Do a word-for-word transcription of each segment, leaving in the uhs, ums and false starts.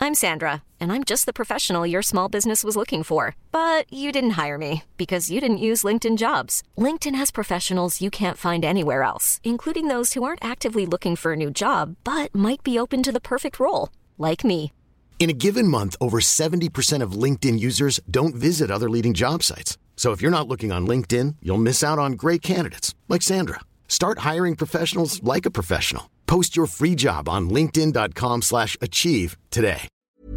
I'm Sandra, and I'm just the professional your small business was looking for. But you didn't hire me because you didn't use LinkedIn Jobs. LinkedIn has professionals you can't find anywhere else, including those who aren't actively looking for a new job, but might be open to the perfect role, like me. In a given month, over seventy percent of LinkedIn users don't visit other leading job sites. So if you're not looking on LinkedIn, you'll miss out on great candidates like Sandra. Start hiring professionals like a professional. Post your free job on linkedin.com slash achieve today.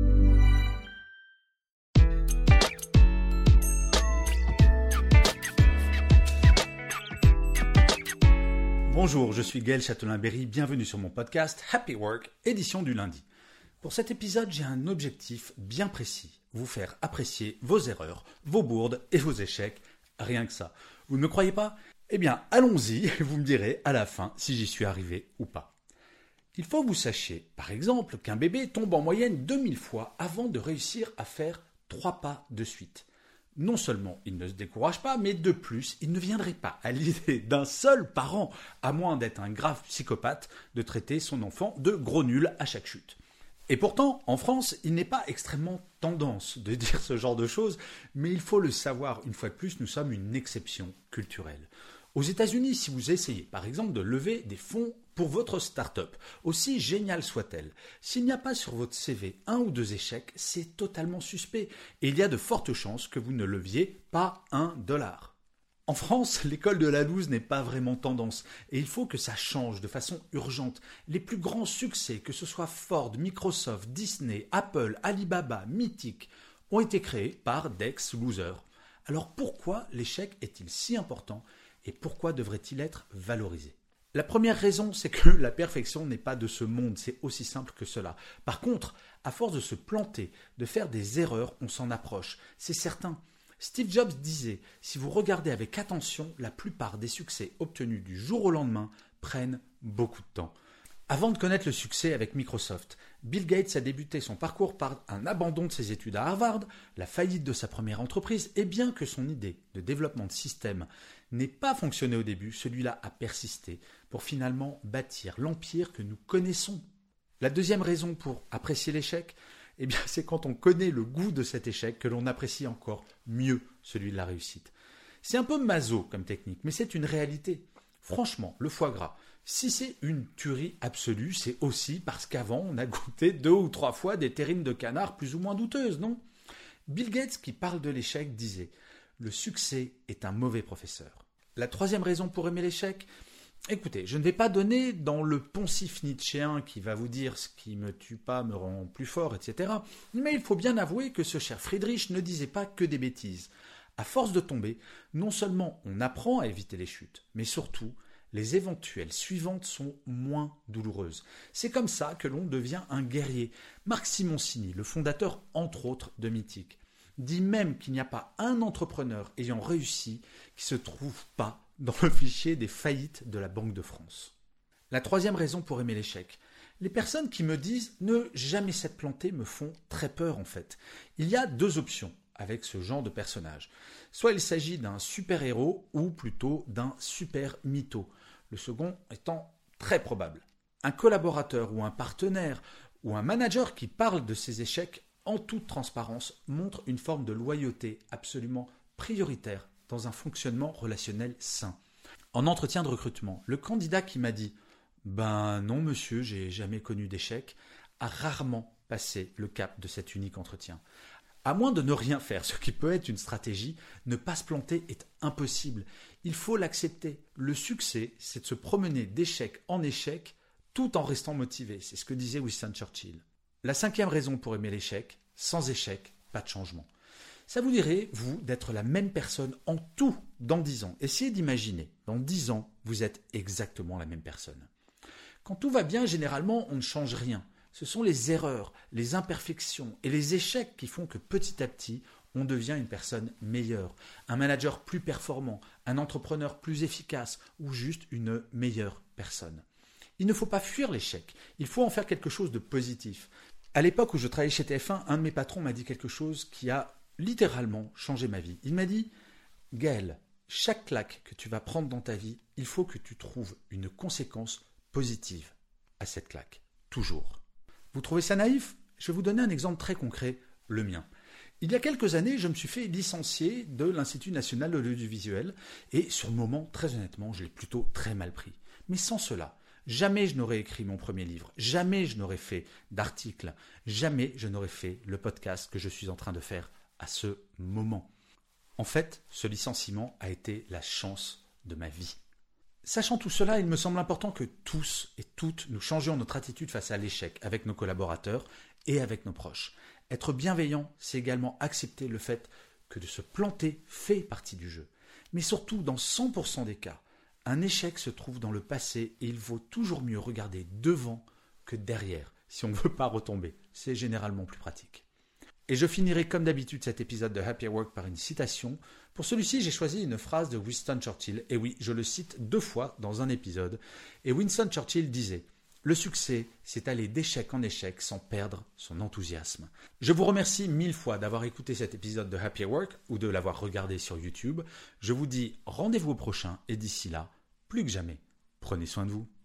Bonjour, je suis Gaël Châtelain-Berry, bienvenue sur mon podcast Happy Work, édition du lundi. Pour cet épisode, j'ai un objectif bien précis, vous faire apprécier vos erreurs, vos bourdes et vos échecs, rien que ça. Vous ne me croyez pas ? Eh bien, allons-y, vous me direz à la fin si j'y suis arrivé ou pas. Il faut que vous sachiez, par exemple, qu'un bébé tombe en moyenne deux mille fois avant de réussir à faire trois pas de suite. Non seulement il ne se décourage pas, mais de plus, il ne viendrait pas à l'idée d'un seul parent, à moins d'être un grave psychopathe, de traiter son enfant de gros nul à chaque chute. Et pourtant, en France, il n'est pas extrêmement tendance de dire ce genre de choses, mais il faut le savoir, une fois de plus, nous sommes une exception culturelle. Aux États-Unis, si vous essayez, par exemple, de lever des fonds pour votre start-up, aussi géniale soit-elle, s'il n'y a pas sur votre C V un ou deux échecs, c'est totalement suspect, et il y a de fortes chances que vous ne leviez pas un dollar. En France, l'école de la loose n'est pas vraiment tendance et il faut que ça change de façon urgente. Les plus grands succès, que ce soit Ford, Microsoft, Disney, Apple, Alibaba, Mythic, ont été créés par d'ex-losers. Alors pourquoi l'échec est-il si important et pourquoi devrait-il être valorisé ? La première raison, c'est que la perfection n'est pas de ce monde, c'est aussi simple que cela. Par contre, à force de se planter, de faire des erreurs, on s'en approche, c'est certain. Steve Jobs disait « Si vous regardez avec attention, la plupart des succès obtenus du jour au lendemain prennent beaucoup de temps. » Avant de connaître le succès avec Microsoft, Bill Gates a débuté son parcours par un abandon de ses études à Harvard, la faillite de sa première entreprise, et bien que son idée de développement de système n'ait pas fonctionné au début, celui-là a persisté pour finalement bâtir l'empire que nous connaissons. La deuxième raison pour apprécier l'échec, eh bien, c'est quand on connaît le goût de cet échec que l'on apprécie encore mieux celui de la réussite. C'est un peu maso comme technique, mais c'est une réalité. Franchement, le foie gras, si c'est une tuerie absolue, c'est aussi parce qu'avant, on a goûté deux ou trois fois des terrines de canard plus ou moins douteuses, non ? Bill Gates, qui parle de l'échec, disait « Le succès est un mauvais professeur ». La troisième raison pour aimer l'échec ? Écoutez, je ne vais pas donner dans le poncif nietzschéen qui va vous dire « ce qui me tue pas me rend plus fort », et cetera. Mais il faut bien avouer que ce cher Friedrich ne disait pas que des bêtises. À force de tomber, non seulement on apprend à éviter les chutes, mais surtout, les éventuelles suivantes sont moins douloureuses. C'est comme ça que l'on devient un guerrier. Marc Simoncini, le fondateur entre autres de Mythic, dit même qu'il n'y a pas un entrepreneur ayant réussi qui ne se trouve pas dans le fichier des faillites de la Banque de France. La troisième raison pour aimer l'échec. Les personnes qui me disent « ne jamais s'être planté » me font très peur en fait. Il y a deux options avec ce genre de personnage. Soit il s'agit d'un super-héros ou plutôt d'un super-mytho. Le second étant très probable. Un collaborateur ou un partenaire ou un manager qui parle de ses échecs en toute transparence montre une forme de loyauté absolument prioritaire dans un fonctionnement relationnel sain. En entretien de recrutement, le candidat qui m'a dit « Ben non monsieur, j'ai jamais connu d'échec » a rarement passé le cap de cet unique entretien. À moins de ne rien faire, ce qui peut être une stratégie, ne pas se planter est impossible. Il faut l'accepter. Le succès, c'est de se promener d'échec en échec tout en restant motivé. C'est ce que disait Winston Churchill. La cinquième raison pour aimer l'échec, sans échec, pas de changement. Ça vous dirait, vous, d'être la même personne en tout dans dix ans. Essayez d'imaginer, dans dix ans, vous êtes exactement la même personne. Quand tout va bien, généralement, on ne change rien. Ce sont les erreurs, les imperfections et les échecs qui font que petit à petit, on devient une personne meilleure, un manager plus performant, un entrepreneur plus efficace ou juste une meilleure personne. Il ne faut pas fuir l'échec, il faut en faire quelque chose de positif. À l'époque où je travaillais chez T F un, un de mes patrons m'a dit quelque chose qui a littéralement changé ma vie. Il m'a dit « Gaël, chaque claque que tu vas prendre dans ta vie, il faut que tu trouves une conséquence positive à cette claque. Toujours. » Vous trouvez ça naïf ? Je vais vous donner un exemple très concret, le mien. Il y a quelques années, je me suis fait licencier de l'Institut national de l'audiovisuel et sur le moment, très honnêtement, je l'ai plutôt très mal pris. Mais sans cela, jamais je n'aurais écrit mon premier livre, jamais je n'aurais fait d'article, jamais je n'aurais fait le podcast que je suis en train de faire à ce moment. En fait, ce licenciement a été la chance de ma vie. Sachant tout cela, il me semble important que tous et toutes nous changions notre attitude face à l'échec avec nos collaborateurs et avec nos proches. Être bienveillant, c'est également accepter le fait que de se planter fait partie du jeu. Mais surtout, dans cent pour cent des cas, un échec se trouve dans le passé et il vaut toujours mieux regarder devant que derrière si on ne veut pas retomber. C'est généralement plus pratique. Et je finirai comme d'habitude cet épisode de Happy at Work par une citation. Pour celui-ci, j'ai choisi une phrase de Winston Churchill. Et oui, je le cite deux fois dans un épisode. Et Winston Churchill disait « Le succès, c'est aller d'échec en échec sans perdre son enthousiasme. » Je vous remercie mille fois d'avoir écouté cet épisode de Happy at Work ou de l'avoir regardé sur YouTube. Je vous dis rendez-vous au prochain et d'ici là, plus que jamais, prenez soin de vous.